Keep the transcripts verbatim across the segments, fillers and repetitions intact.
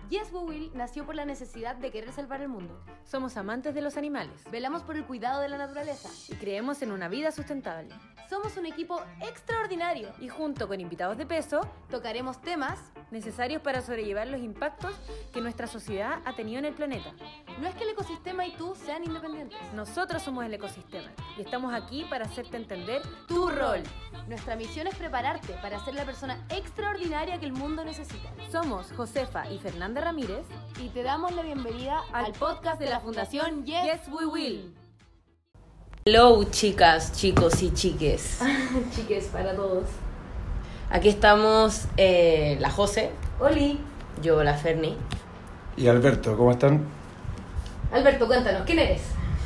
Yes We Will nació por la necesidad de querer salvar el mundo. Somos amantes de los animales. Velamos por el cuidado de la naturaleza. Y creemos en una vida sustentable. Somos un equipo extraordinario. Y junto con invitados de peso, tocaremos temas necesarios para sobrellevar los impactos que nuestra sociedad ha tenido en el planeta. No es que el ecosistema y tú sean independientes. Nosotros somos el ecosistema y estamos aquí para hacerte entender tu rol. Nuestra misión es prepararte para ser la persona extraordinaria que el mundo necesita. Somos Josefa y Fernanda Ramírez y te damos la bienvenida al, al podcast de la Fundación Yes, yes We Will. Hello, chicas, chicos y chiques. Chiques para todos. Aquí estamos eh, la Jose. Oli. Yo, la Ferni. Y Alberto, ¿cómo están? Alberto, cuéntanos, ¿quién eres?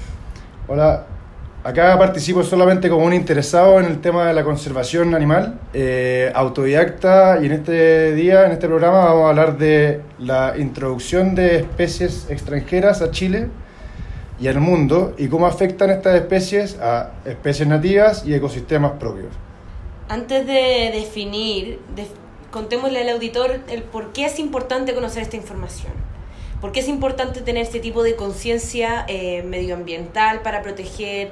Hola, acá participo solamente como un interesado en el tema de la conservación animal, eh, autodidacta, y en este día, en este programa, vamos a hablar de la introducción de especies extranjeras a Chile y al mundo, y cómo afectan estas especies a especies nativas y ecosistemas propios. Antes de definir, de, contémosle al auditor el por qué es importante conocer esta información. ¿Por qué es importante tener este tipo de conciencia eh, medioambiental para proteger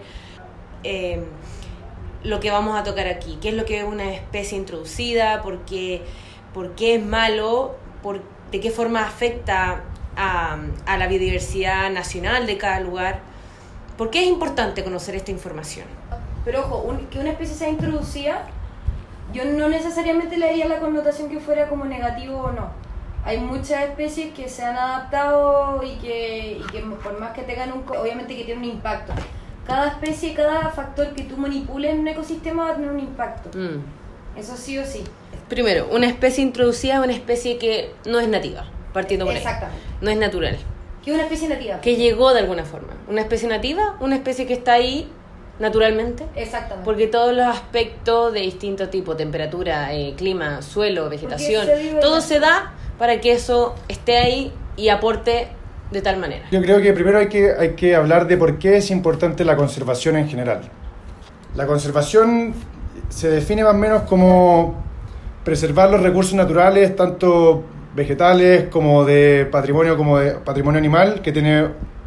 eh, lo que vamos a tocar aquí? ¿Qué es lo que es una especie introducida? ¿Por qué, por qué es malo? Por, ¿De qué forma afecta a, a la biodiversidad nacional de cada lugar? ¿Por qué es importante conocer esta información? Pero ojo, un, que una especie sea introducida, yo no necesariamente le daría la connotación que fuera como negativo o no. Hay muchas especies que se han adaptado y que, y que por más que tengan un... obviamente que tienen un impacto. Cada especie, cada factor que tú manipules en un ecosistema va a tener un impacto. Mm. Eso sí o sí. Primero, una especie introducida es una especie que no es nativa, partiendo por ahí. Exactamente. No es natural. ¿Qué es una especie nativa? Que llegó de alguna forma. Una especie nativa, una especie que está ahí naturalmente. Exactamente. Porque todos los aspectos de distinto tipo, temperatura, eh, clima, suelo, vegetación, se todo se da para que eso esté ahí y aporte de tal manera. Yo creo que primero hay que, hay que hablar de por qué es importante la conservación en general. La conservación se define más o menos como preservar los recursos naturales, tanto vegetales como de patrimonio, como de patrimonio animal, que tiene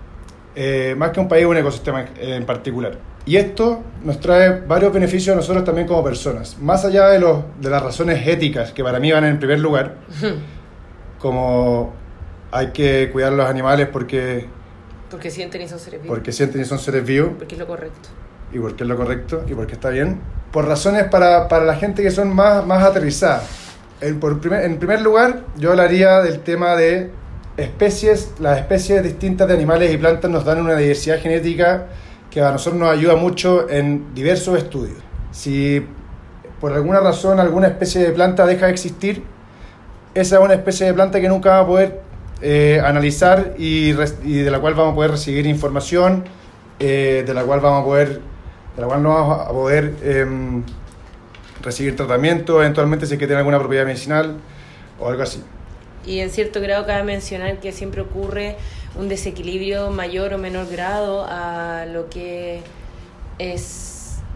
eh, más que un país, un ecosistema en particular. Y esto nos trae varios beneficios a nosotros también como personas, más allá de, los, de las razones éticas, que para mí van en primer lugar, como hay que cuidar a los animales porque... Porque sienten y son seres vivos. Porque sienten y son seres vivos. Porque es lo correcto. Y porque es lo correcto y porque está bien. Por razones para, para la gente que son más, más aterrizadas. En, por primer, en primer lugar, yo hablaría del tema de especies. Las especies distintas de animales y plantas nos dan una diversidad genética que a nosotros nos ayuda mucho en diversos estudios. Si por alguna razón alguna especie de planta deja de existir, esa es una especie de planta que nunca va a poder eh, analizar y, res, y de la cual vamos a poder recibir información, eh, de la cual vamos a poder, de la cual no vamos a poder eh, recibir tratamiento, eventualmente si es que tiene alguna propiedad medicinal o algo así. Y en cierto grado cabe mencionar que siempre ocurre un desequilibrio mayor o menor grado a lo que es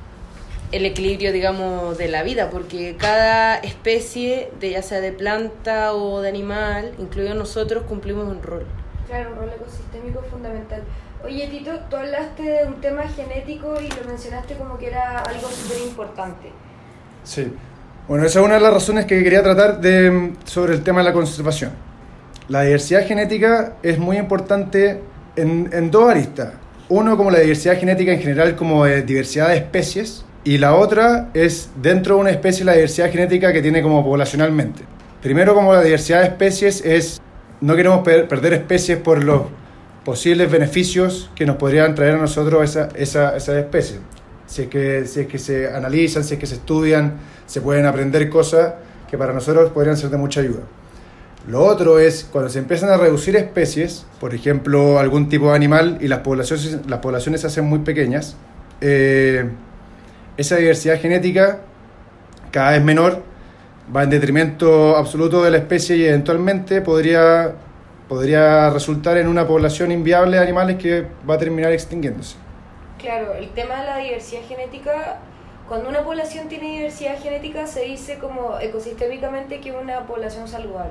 el equilibrio, digamos, de la vida, porque cada especie, de ya sea de planta o de animal, incluido nosotros, cumplimos un rol. Claro, un rol ecosistémico fundamental. Oye, Tito, tú hablaste de un tema genético y lo mencionaste como que era algo súper importante. Sí. Bueno, esa es una de las razones que quería tratar de, sobre el tema de la conservación. La diversidad genética es muy importante en, en dos aristas. Uno, como la diversidad genética en general, como de diversidad de especies, y la otra es dentro de una especie la diversidad genética que tiene como poblacionalmente. Primero, como la diversidad de especies es, no queremos per- perder especies por los posibles beneficios que nos podrían traer a nosotros esa, esa, esas especies. Si es, que, si es que se analizan, si es que se estudian, se pueden aprender cosas que para nosotros podrían ser de mucha ayuda. Lo otro es cuando se empiezan a reducir especies, por ejemplo, algún tipo de animal, y las poblaciones, las poblaciones se hacen muy pequeñas, eh, esa diversidad genética cada vez menor va en detrimento absoluto de la especie y eventualmente podría, podría resultar en una población inviable de animales que va a terminar extinguiéndose. Claro, el tema de la diversidad genética, cuando una población tiene diversidad genética se dice como ecosistémicamente que es una población saludable.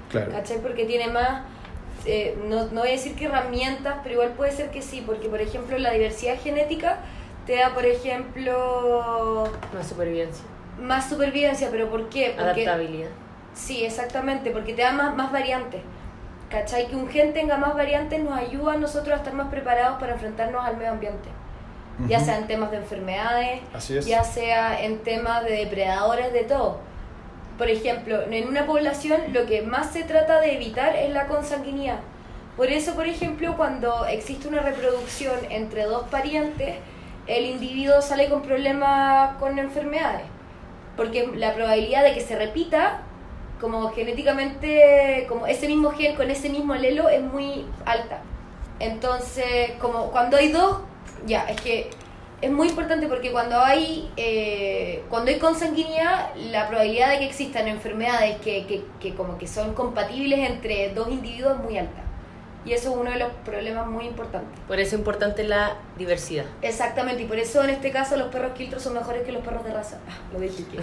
Claro. ¿Cachai? Porque tiene más, eh, no, no voy a decir que herramientas, pero igual puede ser que sí, porque por ejemplo la diversidad genética te da, por ejemplo, Más supervivencia. más supervivencia, pero ¿por qué? Porque, Adaptabilidad. sí, exactamente, porque te da más, más variantes. ¿Cachai? Que un gen tenga más variantes nos ayuda a nosotros a estar más preparados para enfrentarnos al medio ambiente. Uh-huh. Ya sea en temas de enfermedades, Así es. ya sea en temas de depredadores, de todo. Por ejemplo, en una población lo que más se trata de evitar es la consanguinidad. Por eso, por ejemplo, cuando existe una reproducción entre dos parientes, el individuo sale con problemas con enfermedades. Porque la probabilidad de que se repita, como genéticamente, como ese mismo gen con ese mismo alelo, es muy alta. Entonces, como cuando hay dos, ya, es que es muy importante porque cuando hay eh, cuando hay consanguinidad, la probabilidad de que existan enfermedades que, que, que como que son compatibles entre dos individuos es muy alta. Y eso es uno de los problemas muy importantes. Por eso es importante la diversidad. Exactamente, y por eso en este caso los perros quiltros son mejores que los perros de raza. Ah, lo dije que.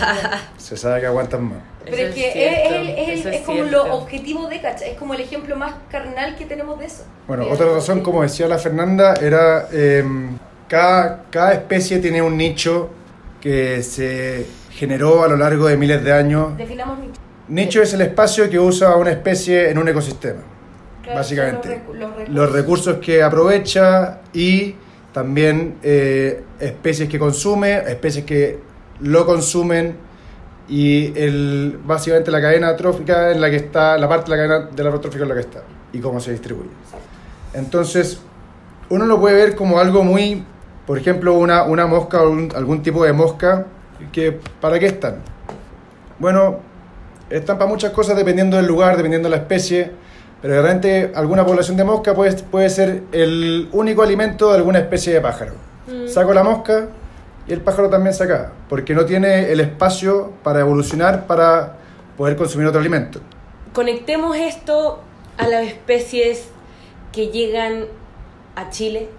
Se sabe que aguantan más. Pero Eso es que es es, cierto, es, el- es, eso el- es es como cierto. lo objetivo de Cacha, es como el ejemplo más carnal que tenemos de eso. Bueno, De- otra razón, como decía la Fernanda, era eh, cada, cada especie tiene un nicho que se generó a lo largo de miles de años. Definamos nicho. Nicho es el espacio que usa una especie en un ecosistema, Claro, básicamente. son Los, recu- los recursos. Los recursos que aprovecha y también eh, especies que consume, especies que lo consumen y el, básicamente la cadena trófica en la que está, la parte de la cadena de la trófica en la que está y cómo se distribuye. Entonces, uno lo puede ver como algo muy, por ejemplo, una, una mosca o un- algún tipo de mosca, que ¿para qué están? Bueno, están para muchas cosas dependiendo del lugar, dependiendo de la especie, pero de repente alguna población de mosca puede, puede ser el único alimento de alguna especie de pájaro. Mm. Saco la mosca y el pájaro también se acaba, porque no tiene el espacio para evolucionar para poder consumir otro alimento. Conectemos esto a las especies que llegan a Chile.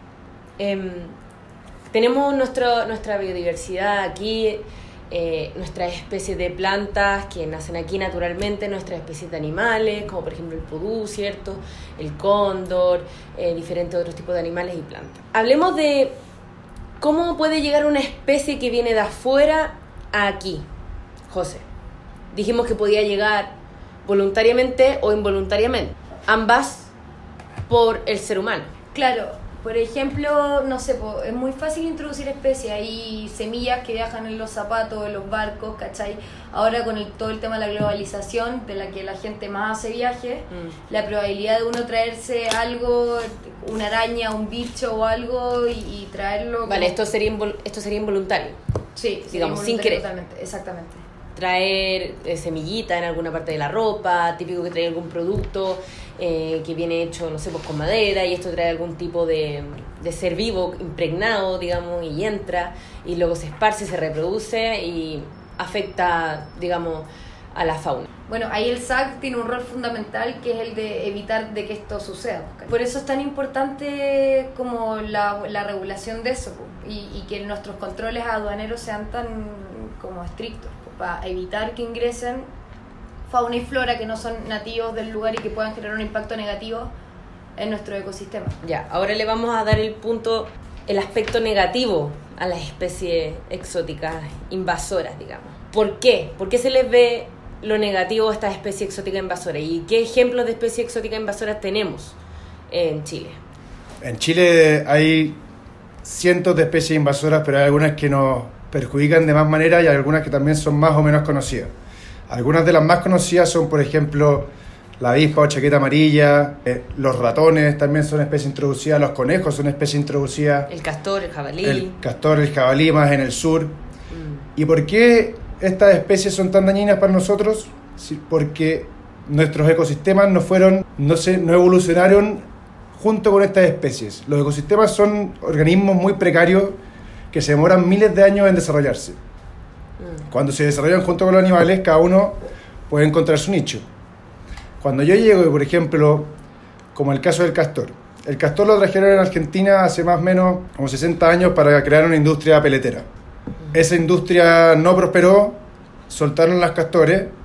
Em, tenemos nuestro, nuestra biodiversidad aquí, eh, nuestras especies de plantas que nacen aquí naturalmente, nuestras especies de animales, como por ejemplo el pudú, ¿cierto? El cóndor, eh, diferentes otros tipos de animales y plantas. Hablemos de cómo puede llegar una especie que viene de afuera a aquí, José. Dijimos que podía llegar voluntariamente o involuntariamente, ambas por el ser humano. Claro, por ejemplo, no sé, po, es muy fácil introducir especies, hay semillas que viajan en los zapatos, en los barcos, ¿cachai? Ahora con el, todo el tema de la globalización, de la que la gente más hace viajes, Mm. la probabilidad de uno traerse algo, una araña, un bicho o algo y, y traerlo... Vale, como- esto sería, invol- esto sería involuntario. sí, digamos, sería sin involuntario querer. Totalmente, exactamente. Traer eh, semillita en alguna parte de la ropa, típico que trae algún producto eh, que viene hecho, no sé, pues con madera, y esto trae algún tipo de, de ser vivo impregnado, digamos, y entra, y luego se esparce, se reproduce y afecta, digamos, a la fauna. Bueno, ahí el S A C tiene un rol fundamental que es el de evitar de que esto suceda. Por eso es tan importante como la, la regulación de eso, y, y que nuestros controles aduaneros sean tan como estrictos, para evitar que ingresen fauna y flora que no son nativos del lugar y que puedan generar un impacto negativo en nuestro ecosistema. Ya, ahora le vamos a dar el punto, el aspecto negativo a las especies exóticas invasoras, digamos. ¿Por qué? ¿Por qué se les ve lo negativo a estas especies exóticas invasoras? ¿Y qué ejemplos de especies exóticas invasoras tenemos en Chile? En Chile hay cientos de especies invasoras, pero hay algunas que nos perjudican de más manera y hay algunas que también son más o menos conocidas. Algunas de las más conocidas son, por ejemplo, la avispa o chaqueta amarilla, eh, los ratones también son especies introducidas, los conejos son especies introducidas, El castor, el jabalí. el castor, el jabalí más en el sur. Mm. ¿Y por qué estas especies son tan dañinas para nosotros? Sí, porque nuestros ecosistemas no fueron, no se, no evolucionaron junto con estas especies. Los ecosistemas son organismos muy precarios que se demoran miles de años en desarrollarse. Mm. Cuando se desarrollan junto con los animales, cada uno puede encontrar su nicho. Cuando yo llego, por ejemplo, como el caso del castor, el castor lo trajeron en Argentina hace más o menos como sesenta años para crear una industria peletera. Esa industria no prosperó, soltaron las castores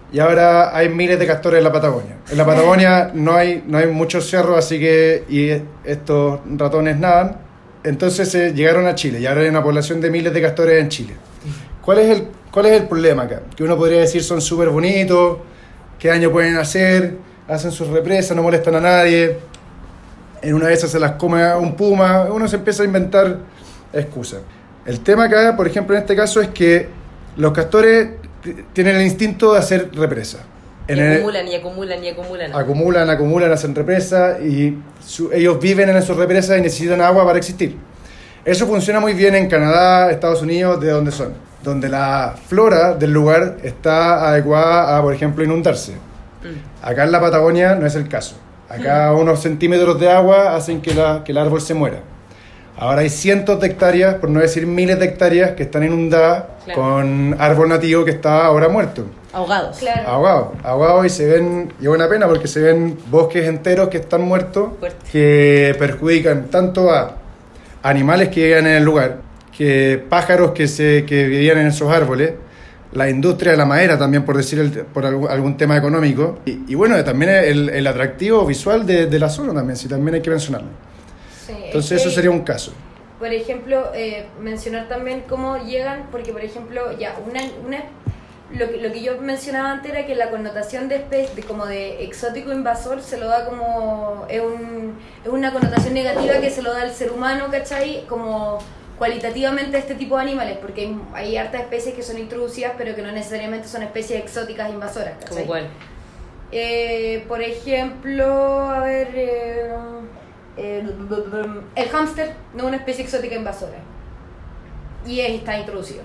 y ahora hay miles de castores en la Patagonia. En la Patagonia no hay, no hay muchos cerros, así que y estos ratones nadan. Entonces eh, llegaron a Chile y ahora hay una población de miles de castores en Chile. ¿Cuál es el, cuál es el problema acá? Que uno podría decir son súper bonitos, qué daño pueden hacer, hacen sus represas, no molestan a nadie. En una de esas se las come un puma, uno se empieza a inventar excusas. El tema acá, por ejemplo, en este caso es que los castores tienen el instinto de hacer represa. Y En el- acumulan, y acumulan, y acumulan. acumulan, acumulan, hacen represas y su- ellos viven en sus represas y necesitan agua para existir. Eso funciona muy bien en Canadá, Estados Unidos, de donde son, donde la flora del lugar está adecuada a, por ejemplo, inundarse. Mm. Acá en la Patagonia no es el caso. Acá unos centímetros de agua hacen que, la, que el árbol se muera. Ahora hay cientos de hectáreas, por no decir miles de hectáreas, que están inundadas Claro. con árbol nativo que está ahora muerto. Ahogados. Claro. Ahogados, ahogados y se ven, y es una pena porque se ven bosques enteros que están muertos, Fuerte. que perjudican tanto a animales que vivían en el lugar, que pájaros que, se, que vivían en esos árboles, la industria de la madera también, por decir el- por algún, algún tema económico, y, y bueno, también el, el atractivo visual de, de la zona también, si también hay que mencionarlo. Sí, Entonces es eso que- sería un caso. Por ejemplo, eh, mencionar también cómo llegan, porque por ejemplo, ya, una, una lo, que, lo que yo mencionaba antes era que la connotación de, espe- de como de exótico invasor se lo da como, es, un, es una connotación negativa que se lo da al ser humano, ¿cachai? Como cualitativamente a este tipo de animales, porque hay, hay hartas especies que son introducidas, pero que no necesariamente son especies exóticas invasoras, ¿cachai? ¿Como cuál? Eh, por ejemplo, a ver, eh, eh, el hámster no es una especie exótica invasora y es- está introducido.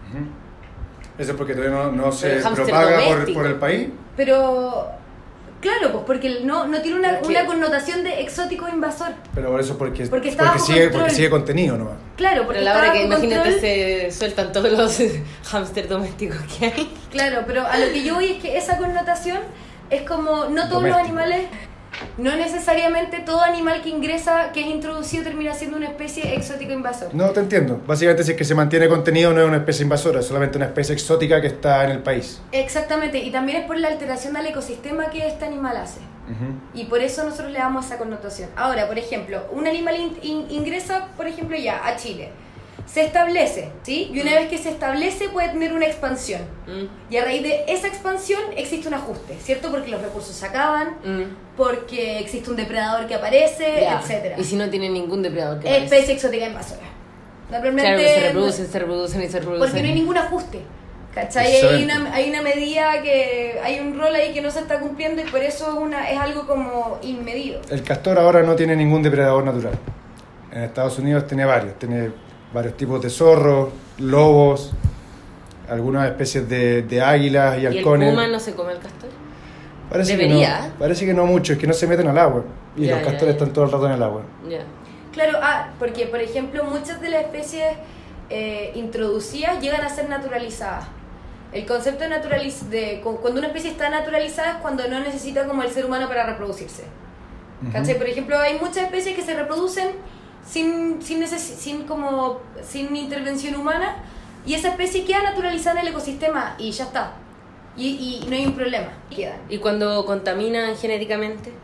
Eso es porque todavía no, no Pero se el hámster propaga por, doméstico. por el país. Pero, claro, pues porque no, no tiene una, Pero una que- connotación de exótico invasor. Pero por eso porque, Porque está bajo sigue, control. porque sigue contenido nomás. Claro, porque Pero a la está hora que bajo imagínate control. se sueltan todos los hámster domésticos que hay. Claro, pero a lo que yo voy es que esa connotación es como, no todos los Doméstico. animales, no necesariamente todo animal que ingresa, que es introducido, termina siendo una especie exótico invasor. No, te entiendo. Básicamente, si es que se mantiene contenido, no es una especie invasora, es solamente una especie exótica que está en el país. Exactamente, y también es por la alteración del ecosistema que este animal hace. Y por eso nosotros le damos esa connotación. Ahora, por ejemplo, un animal in- in- ingresa, por ejemplo, ya a Chile. Se establece, ¿sí? Y una vez que se establece puede tener una expansión. Mm, Y a raíz de esa expansión existe un ajuste, ¿cierto? Porque los recursos se acaban, mm. porque existe un depredador que aparece, Ya. etcétera. Y si no tiene ningún depredador que aparece. Especie exótica invasora. Normalmente Claro, que se reproducen, se reproducen y se reproducen. porque no hay ningún ajuste. ¿Cachai? Hay Excelente. una, hay una medida que hay un rol ahí que no se está cumpliendo y por eso es, una, es algo como inmedido. El castor ahora no tiene ningún depredador natural. En Estados Unidos tiene varios. Tiene varios tipos de zorros, lobos, algunas especies de, de águilas y ¿Y el halcones. puma no se come el castor? Parece Debería. Que no, parece que no mucho, es que no se meten al agua. Y Ya, los ya, castores ya. están todo el rato en el agua. Ya. Claro, ah, porque por ejemplo muchas de las especies eh, introducidas llegan a ser naturalizadas. El concepto de, naturaliz de cu- cuando una especie está naturalizada es cuando no necesita como el ser humano para reproducirse. ¿Cachai? Por ejemplo, hay muchas especies que se reproducen sin, sin, neces- sin, como, sin intervención humana y esa especie queda naturalizada en el ecosistema y ya está. Y, y no hay un problema. Quedan. ¿Y cuando contaminan genéticamente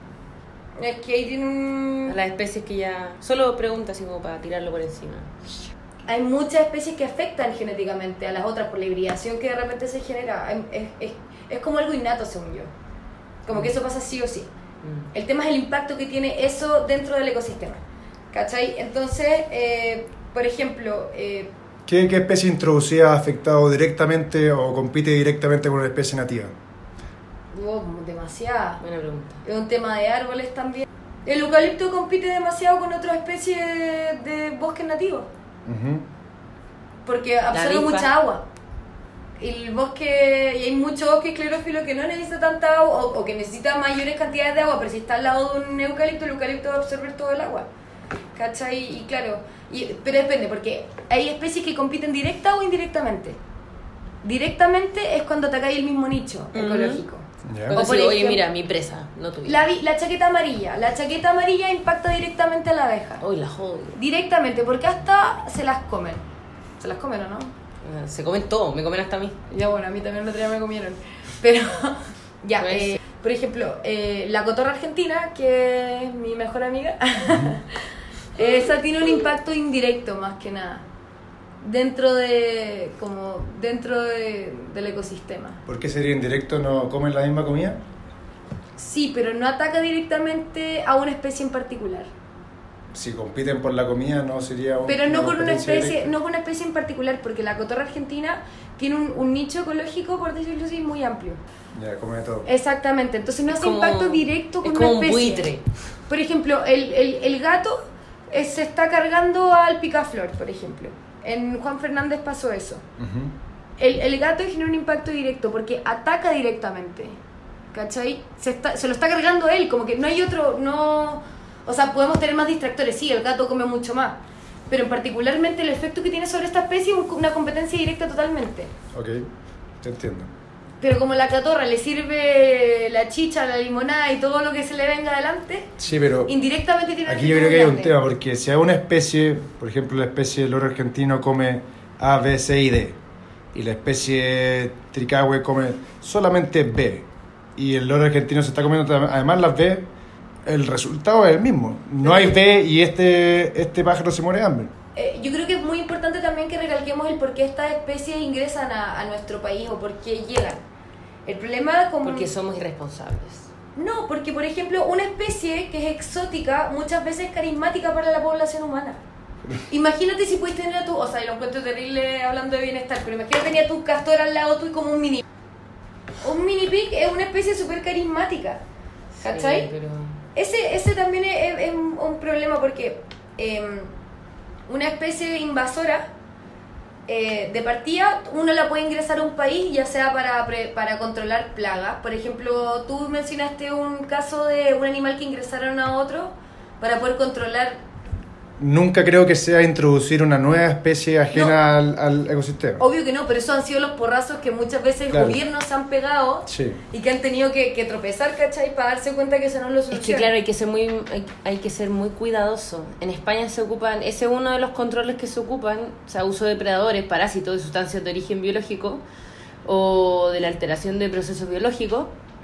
Es que ahí tiene un... a las especies que ya... Solo preguntas así como para tirarlo por encima. Hay muchas especies que afectan genéticamente a las otras por la hibridación que de repente se genera. Hay- Es, es, es como algo innato, según yo. Como que eso pasa sí o sí. Mm. El tema es el impacto que tiene eso dentro del ecosistema. ¿Cachai? Entonces, eh, por ejemplo, eh, ¿Qué, ¿Qué especie introducida ha afectado directamente o compite directamente con una especie nativa? hubo demasiada. Buena pregunta. Es un tema de árboles también. El eucalipto compite demasiado con otras especies de bosques nativos. Ujú. Porque absorbe avispa. mucha agua. Y el bosque, y hay mucho bosque esclerófilo que no necesita tanta agua o, o que necesita mayores cantidades de agua, pero si está al lado de un eucalipto, el eucalipto va a absorber todo el agua. ¿Cachai? Y claro, y, pero depende, porque hay especies que compiten directa o indirectamente. Directamente es cuando atacáis el mismo nicho Ujú. ecológico. Ya. Cuando O por digo, oye, ejemplo- mira, mi presa, no tuya. La, vi- la chaqueta amarilla. La chaqueta amarilla impacta directamente a la abeja. Uy, la jodo. Directamente, porque hasta se las comen. ¿Se las comen o no? Se comen todo, me comen hasta a mí. Ya bueno, a mí también el otro día me comieron. Pero, ya, Pues, eh, por ejemplo, eh, la cotorra argentina, que es mi mejor amiga, esa tiene un impacto indirecto más que nada. Dentro de, como, dentro de, del ecosistema. ¿Por qué sería indirecto? ¿No comen la misma comida? Sí, pero no ataca directamente a una especie en particular. Si compiten por la comida, no sería un, Pero no con una competencia especie, directa. no con una especie en particular, porque la cotorra argentina tiene un, un nicho ecológico, por decirlo así, muy amplio. Ya, come todo. Exactamente, entonces no Es hace como- impacto directo con es una como un especie. buitre. Por ejemplo, el, el, el gato eh, se está cargando al picaflor, por ejemplo. En Juan Fernández pasó eso. Ujú. El, el gato genera un impacto directo porque ataca directamente. ¿Cachai? Se, está, se lo está cargando él, como que no hay otro, no... O sea, podemos tener más distractores, sí, el gato come mucho más. Pero particularmente el efecto que tiene sobre esta especie es un- una competencia directa totalmente. Ok, te entiendo. Pero como la catorra le sirve la chicha, la limonada y todo lo que se le venga adelante, Sí, pero indirectamente tiene un aquí yo efecto creo que muy hay un grande. tema, porque si a una especie, por ejemplo la especie del loro argentino come A, B, C y D, y la especie tricahue come solamente B, y el loro argentino se está comiendo tam- además las B, el resultado es el mismo. No hay B y este, este pájaro se muere de hambre. Eh, yo creo que es muy importante también que recalquemos el por qué estas especies ingresan a, a nuestro país o por qué llegan. El problema como... Porque somos irresponsables. No, porque por ejemplo una especie que es exótica muchas veces es carismática para la población humana. Imagínate si puedes tener a tu... O sea, lo encuentro terrible hablando de bienestar, pero imagínate tener a tu castor al lado tuyo como un mini... Un mini pig es una especie súper carismática. ¿Cachai? Sí, pero... Ese, ese también es, es- es un un problema porque eh, una especie invasora, eh, de partida, uno la puede ingresar a un país ya sea para, pre- para controlar plagas. Por ejemplo, tú mencionaste un caso de un animal que ingresaron a otro para poder controlar. Nunca creo que sea introducir una nueva especie ajena No. al, al ecosistema. Obvio que no, pero esos han sido los porrazos que muchas veces Claro. gobiernos se han pegado Sí. y que han tenido que, que tropezar, ¿cachai? Para darse cuenta que eso no lo Es soluciona. que claro, hay que ser muy hay, hay que ser muy cuidadoso. En España se ocupan, ese es uno de los controles que se ocupan, o sea, uso de predadores, parásitos y sustancias de origen biológico o de la alteración de procesos biológicos.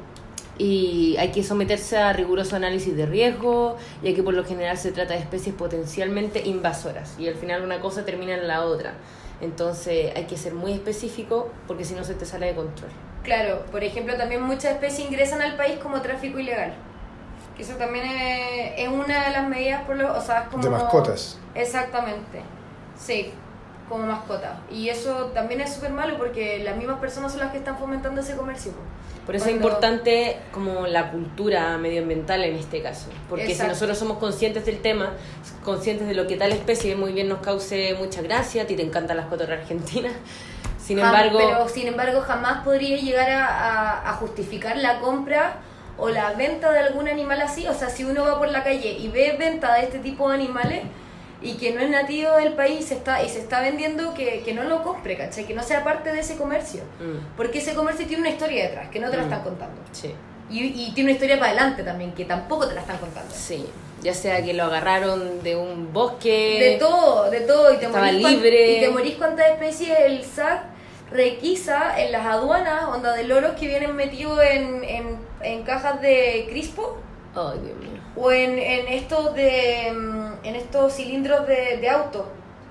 Y hay que someterse a riguroso análisis de riesgo, ya que por lo general se trata de especies potencialmente invasoras y al final una cosa termina en la otra. Entonces hay que ser muy específico porque si no se te sale de control. Claro, por ejemplo, también muchas especies ingresan al país como tráfico ilegal. Que eso también es, es una de las medidas, por lo, o sea, es como... De mascotas. Exactamente, sí, como mascota. Y eso también es súper malo porque las mismas personas son las que están fomentando ese comercio. Por eso Cuando- es importante como la cultura medioambiental en este caso, porque Exacto. si nosotros somos conscientes del tema, conscientes de lo que tal especie muy bien nos cause mucha gracia, a ti te encantan las cotorras argentinas, sin Jam- embargo, Pero sin embargo jamás podría llegar a, a- a justificar la compra o la venta de algún animal así. O sea, si uno va por la calle y ve venta de este tipo de animales y que no es nativo del país se está, y se está vendiendo, que, que no lo compre, ¿cachai? Que no sea parte de ese comercio. mm, Porque ese comercio tiene una historia detrás, que no te la Mm. están contando. sí, Y, y tiene una historia para adelante también, que tampoco te la están contando. sí, ya sea que lo agarraron de un bosque, De todo, de todo. Y te, Estaba morís cuan- libre. y te morís cuántas especies el S A C requisa en las aduanas, onda de loros que vienen metidos en, en, en cajas de crispo ay Dios mío, o en, en estos de mm, en estos cilindros de, de auto.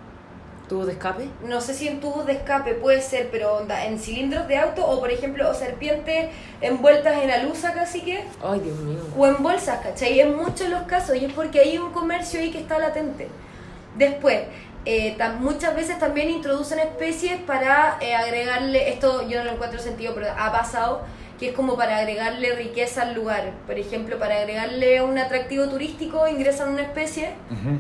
¿tuvo de escape? No sé si en tubos de escape puede ser, pero onda, en cilindros de auto o por ejemplo o serpientes envueltas en alusa casi que. Ay Dios mío, O en bolsas, ¿cachai? En muchos de los casos, y es porque hay un comercio ahí que está latente. Después, eh, tam- muchas veces también introducen especies para eh, agregarle, esto yo no lo encuentro sentido, pero ha pasado, que es como para agregarle riqueza al lugar. Por ejemplo, para agregarle un atractivo turístico, ingresan una especie Ujú.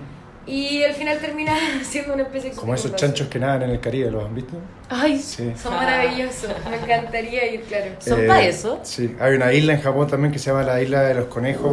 y al final termina siendo una especie Como esos exótica. chanchos que nadan en el Caribe, ¿los han visto? ay, Sí. Son maravillosos, me encantaría ir, claro. ¿son Eh, pa' eso? Sí, hay una isla en Japón también que se llama la isla de los conejos,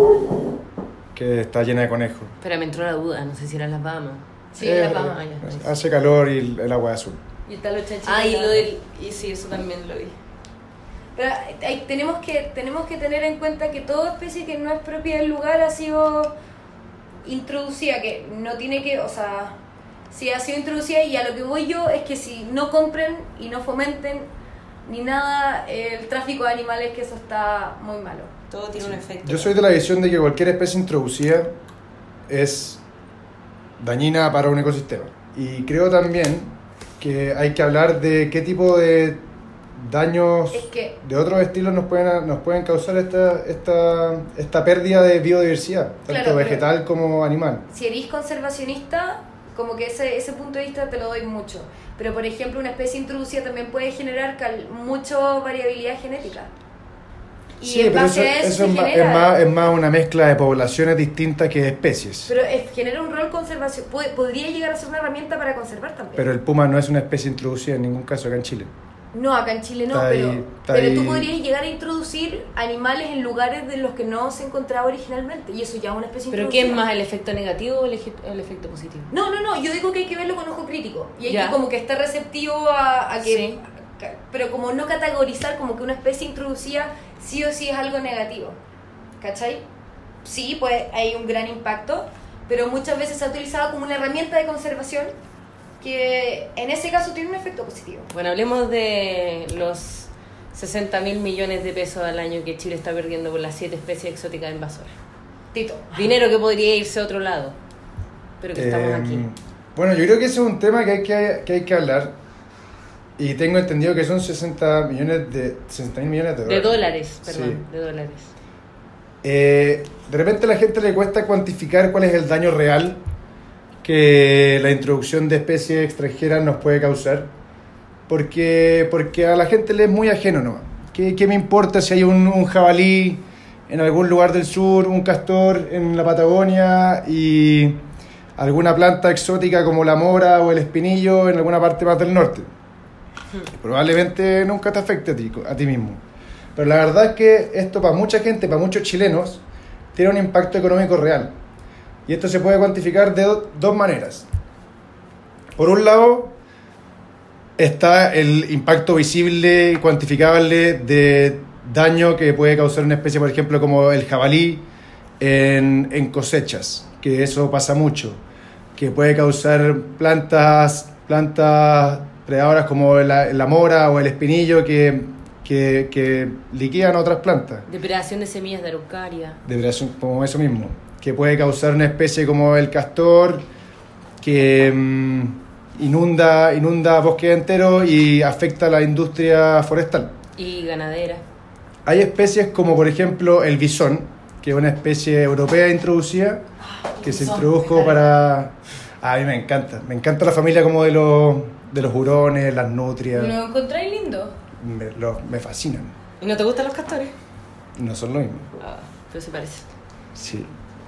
que está llena de conejos. Pero me entró la duda, no sé si eran las Bahamas. Sí, Eh, la Bahamas. Ah, ya, ya. Hace calor y el, el agua es azul. Y está los chanchitos. Ah, y al lo lado. del, y sí, eso también lo vi. Pero hay- tenemos que tenemos que tener en cuenta que toda especie que no es propia del lugar ha sido introducida, que no tiene que, o sea, sí ha sido introducida, y a lo que voy yo es que si no compren y no fomenten ni nada el tráfico de animales, que eso está muy malo. Todo tiene un efecto. Yo soy de la visión de que cualquier especie introducida es dañina para un ecosistema. Y creo también que hay que hablar de qué tipo de daños Es que- de otros estilos nos pueden, nos pueden causar esta, esta, esta pérdida de biodiversidad, tanto Claro, pero- vegetal como animal. Si eres conservacionista, como que ese, ese punto de vista te lo doy mucho. Pero, por ejemplo, una especie introducida también puede generar cal- mucha variabilidad genética. Y Sí, en pero base eso, a eso, eso se es, más, genera... es, más, es más una mezcla de poblaciones distintas que de especies. Pero es- genera un rol conservación. Puede- podría llegar a ser una herramienta para conservar también. Pero el puma no es una especie introducida en ningún caso acá en Chile. No, acá en Chile no, Está pero, ahí, está pero ahí. tú podrías llegar a introducir animales en lugares de los que no se encontraba originalmente, y eso ya es una especie ¿Pero qué es introducida. más, el efecto negativo o el, eje- el efecto positivo? No, no, no, yo digo que hay que verlo con ojo crítico, y hay Ya. que como que estar receptivo a, a que... Sí. a- pero como no categorizar como que una especie introducida sí o sí es algo negativo, ¿cachai? Sí, pues hay un gran impacto, pero muchas veces se ha utilizado como una herramienta de conservación que en ese caso tiene un efecto positivo. Bueno, hablemos de los sesenta mil millones de pesos al año que Chile está perdiendo por las siete especies exóticas invasoras. Tito. Dinero que podría irse a otro lado, pero que estamos Eh, aquí. Bueno, yo creo que ese es un tema que hay que, que, hay que hablar. Y tengo entendido que son sesenta millones de sesenta mil millones de De dólares. dólares, perdón, Sí. de dólares. Eh, de repente a la gente le cuesta cuantificar cuál es el daño real que la introducción de especies extranjeras nos puede causar, porque, porque a la gente le es muy ajeno nomás. ¿Qué, qué me importa si hay un, un jabalí en algún lugar del sur, un castor en la Patagonia y alguna planta exótica como la mora o el espinillo en alguna parte más del norte? Probablemente nunca te afecte a ti, a ti mismo. Pero la verdad es que esto para mucha gente, para muchos chilenos, tiene un impacto económico real. Y esto se puede cuantificar de do- dos maneras. Por un lado, está el impacto visible y cuantificable de daño que puede causar una especie, por ejemplo, como el jabalí en, en cosechas, que eso pasa mucho, que puede causar plantas, plantas predadoras como la, la mora o el espinillo que, que, que liquidan otras plantas. Depredación de semillas de araucaria. Depredación, como eso mismo, que puede causar una especie como el castor que mm, inunda, inunda bosques enteros y afecta a la industria forestal. Y ganadera. Hay especies como por ejemplo el bisón, que es una especie europea introducida, que se introdujo para... A mí me encanta, me encanta la familia como de los, de los hurones, las nutrias, ¿Lo encontráis lindo? me, los- me fascinan, ¿Y no te gustan los castores? no son lo mismo. Ah, pero se parece. Sí.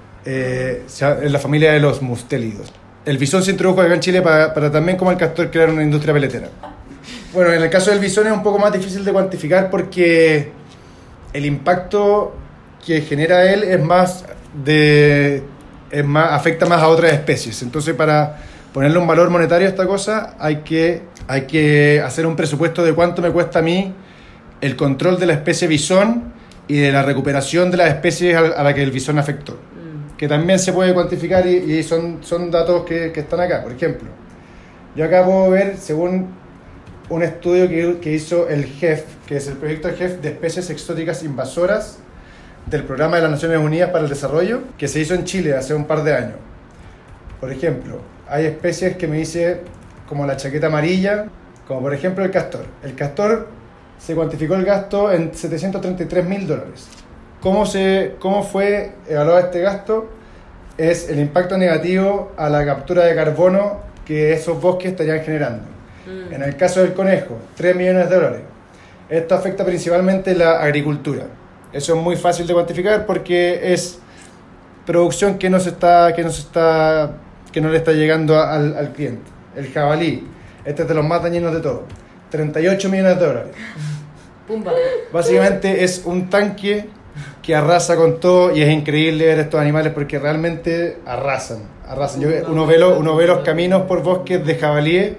Eh, se llama- es la familia de los mustélidos. El bisón se introdujo acá en Chile para, para también, como el castor, crear una industria peletera. Bueno, en el caso del bisón es un poco más difícil de cuantificar porque el impacto que genera él es más de es más afecta más a otras especies. Entonces, para ponerle un valor monetario a esta cosa, hay que hay que hacer un presupuesto de cuánto me cuesta a mí el control de la especie bisón y de la recuperación de las especies a a la que el bisón afectó, Mm. que también se puede cuantificar y, y son, son datos que, que están acá. Por ejemplo, yo acá puedo ver, según un estudio que, que hizo el G E F, que es el proyecto G E F de especies exóticas invasoras del Programa de las Naciones Unidas para el Desarrollo, que se hizo en Chile hace un par de años. Por ejemplo, hay especies que me dice como la chaqueta amarilla, como por ejemplo el castor. El castor se cuantificó el gasto en setecientos treinta y tres mil dólares. ¿Cómo, se, ¿Cómo fue evaluado este gasto? Es el impacto negativo a la captura de carbono que esos bosques estarían generando. Mm. En el caso del conejo, tres millones de dólares. Esto afecta principalmente la agricultura. Eso es muy fácil de cuantificar porque es producción que no se está, que no se está, que no le está llegando a- al, al cliente. El jabalí, este es de los más dañinos de todos, treinta y ocho millones de dólares. Pumba. Básicamente es un tanque que arrasa con todo y es increíble ver estos animales porque realmente arrasan. arrasan. Yo, uno, ve los, uno ve los caminos por bosques de jabalíes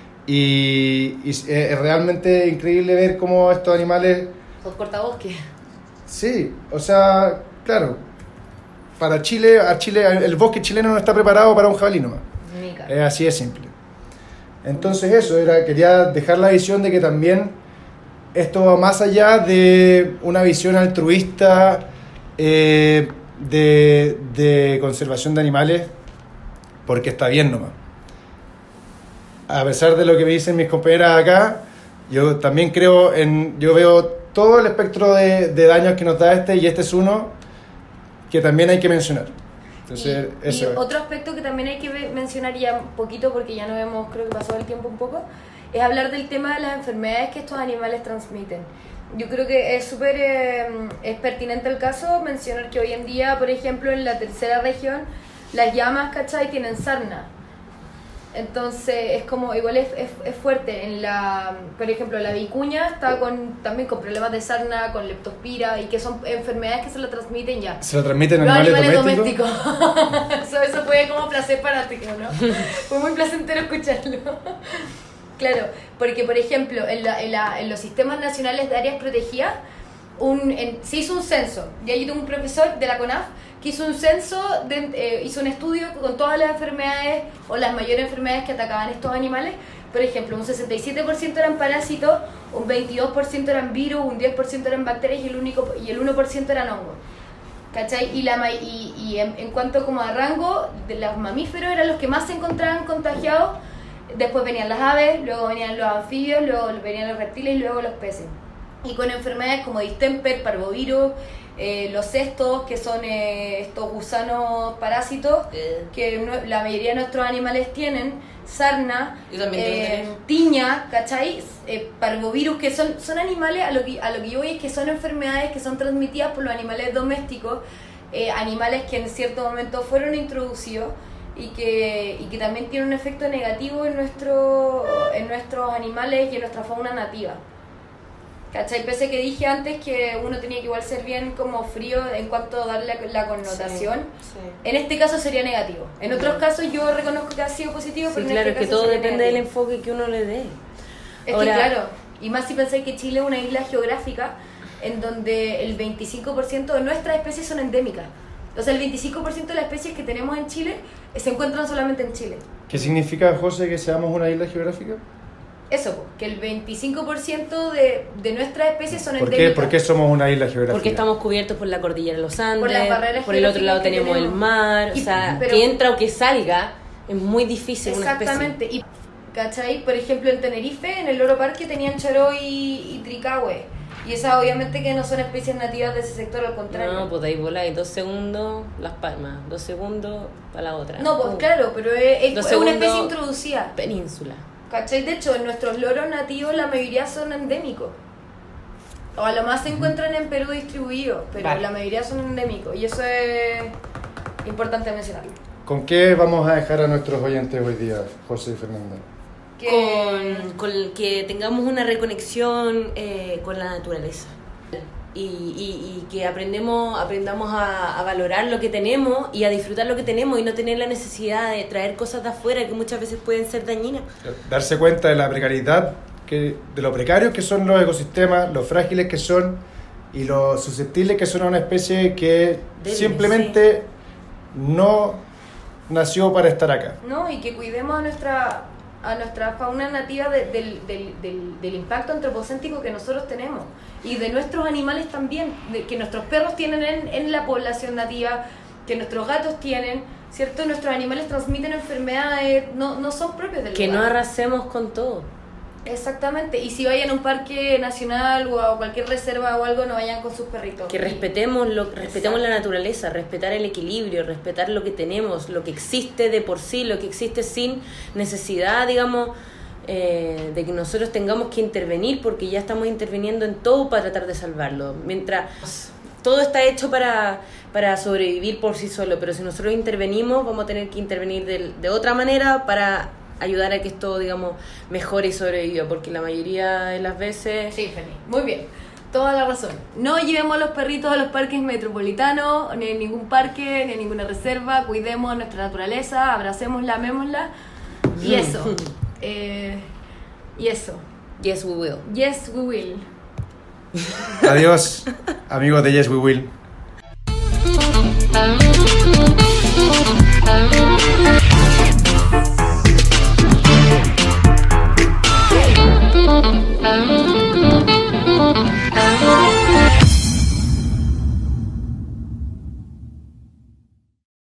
y, y es, es realmente increíble ver cómo estos animales... Los cortabosques. Sí, o sea, claro, para Chile, a Chile, el bosque chileno no está preparado para un jabalí nomás. Mica. Es así de simple. Entonces eso, era, quería dejar la visión de que también esto va más allá de una visión altruista eh, de, de conservación de animales, porque está bien nomás. A pesar de lo que me dicen mis compañeras acá, yo también creo en, yo veo todo el espectro de, de daños que nos da este, y este es uno que también hay que mencionar. Entonces, y, eso y es. otro aspecto que también hay que ve- mencionar ya un poquito, porque ya no vemos, creo que pasó el tiempo un poco, es hablar del tema de las enfermedades que estos animales transmiten. Yo creo que es súper eh, es pertinente el caso mencionar que hoy en día, por ejemplo, en la tercera región, las llamas, ¿cachai?, tienen sarna. Entonces es como, igual es, es, es fuerte. En la, por ejemplo, la vicuña está con, también con problemas de sarna, con leptospira, y que son enfermedades que se lo transmiten ya. ¿Se lo transmiten Los animales, animales domésticos? domésticos. eso, eso fue como placer fanático, ¿no? Fue muy placentero escucharlo. Claro, porque por ejemplo, en, la, en, la, en los sistemas nacionales de áreas protegidas, un, en, se hizo un censo, y ahí tuve un profesor de la CONAF que hizo un censo, de, eh, hizo un estudio con todas las enfermedades o las mayores enfermedades que atacaban estos animales. Por ejemplo, un sesenta y siete por ciento eran parásitos, un veintidós por ciento eran virus, un diez por ciento eran bacterias y el, único, y el uno por ciento eran hongos. ¿Cachai? Y, la, y, y en, en cuanto como a rango, de los mamíferos eran los que más se encontraban contagiados. Después venían las aves, luego venían los anfibios, luego venían los reptiles y luego los peces. Y con enfermedades como distemper, parvovirus, eh, los cestos, que son eh, estos gusanos parásitos, que no, la mayoría de nuestros animales tienen, sarna, eh, tiña, ¿cachai? Eh, parvovirus, que son, son animales, a lo, que, a lo que yo voy es que son enfermedades que son transmitidas por los animales domésticos, eh, animales que en cierto momento fueron introducidos, y que, y que también tiene un efecto negativo en, nuestro, en nuestros animales y en nuestra fauna nativa. ¿Cachai? Pese que dije antes que uno tenía que igual ser bien como frío en cuanto a darle la, la connotación, sí, sí. En este caso sería negativo. En otros casos yo reconozco que ha sido positivo, sí, pero en claro, este es caso que todo depende negativo. del enfoque que uno le dé. Es Ahora, que claro, y más si pensáis que Chile es una isla geográfica en donde el veinticinco por ciento de nuestras especies son endémicas. O sea, el veinticinco por ciento de las especies que tenemos en Chile se encuentran solamente en Chile. ¿Qué significa, José, que seamos una isla geográfica? Eso, que el veinticinco por ciento de, de nuestras especies son ¿Por endémicas. Qué, ¿Por qué somos una isla geográfica? Porque estamos cubiertos por la cordillera de los Andes, por, las barreras por el otro lado tenemos, tenemos el mar, y, o sea, pero, que entra o que salga es muy difícil. Exactamente, una especie. Y, ¿cachai? Por ejemplo, en Tenerife, en el Loro Parque tenían charó y, y tricahue. Y esas obviamente que no son especies nativas de ese sector, al contrario. No, pues ahí voláis dos segundos, Las Palmas, dos segundos para la otra. No, pues uh. claro, pero es, es, es una especie introducida. Península. ¿Cachai? De hecho, en nuestros loros nativos la mayoría son endémicos. O a lo más se encuentran en Perú distribuidos, pero vale. La mayoría son endémicos. Y eso es importante mencionarlo. ¿Con qué vamos a dejar a nuestros oyentes hoy día, José y Fernanda? Que... Con, con que tengamos una reconexión eh, con la naturaleza. Y, y, y que aprendemos, aprendamos a, a valorar lo que tenemos y a disfrutar lo que tenemos y no tener la necesidad de traer cosas de afuera que muchas veces pueden ser dañinas. Darse cuenta de la precariedad, que, de lo precarios que son los ecosistemas, lo frágiles que son y lo susceptibles que son a una especie que Debe, simplemente sí. no nació para estar acá. No, y que cuidemos a nuestra... a nuestra fauna nativa de, del, del, del, del impacto antropocéntrico que nosotros tenemos y de nuestros animales también, de, que nuestros perros tienen en, en la población nativa, que nuestros gatos tienen, ¿cierto? Nuestros animales transmiten enfermedades, no, no son propios del que lugar. No arrasemos con todo. Exactamente, y si vayan a un parque nacional o a cualquier reserva o algo, no vayan con sus perritos. Que respetemos lo, respetemos la naturaleza, respetar el equilibrio, respetar lo que tenemos, lo que existe de por sí, lo que existe sin necesidad, digamos, eh, de que nosotros tengamos que intervenir, porque ya estamos interviniendo en todo para tratar de salvarlo. Mientras todo está hecho para, para sobrevivir por sí solo, pero si nosotros intervenimos, vamos a tener que intervenir de, de otra manera para ayudar a que esto, digamos, mejore y sobreviva, porque la mayoría de las veces... Sí, Feni, muy bien, toda la razón. No llevemos a los perritos a los parques metropolitanos, ni en ningún parque, ni en ninguna reserva, cuidemos nuestra naturaleza, abracémosla, amémosla, y eso. eh, y eso. Yes, we will. Yes, we will. Adiós, amigos de Yes, we will.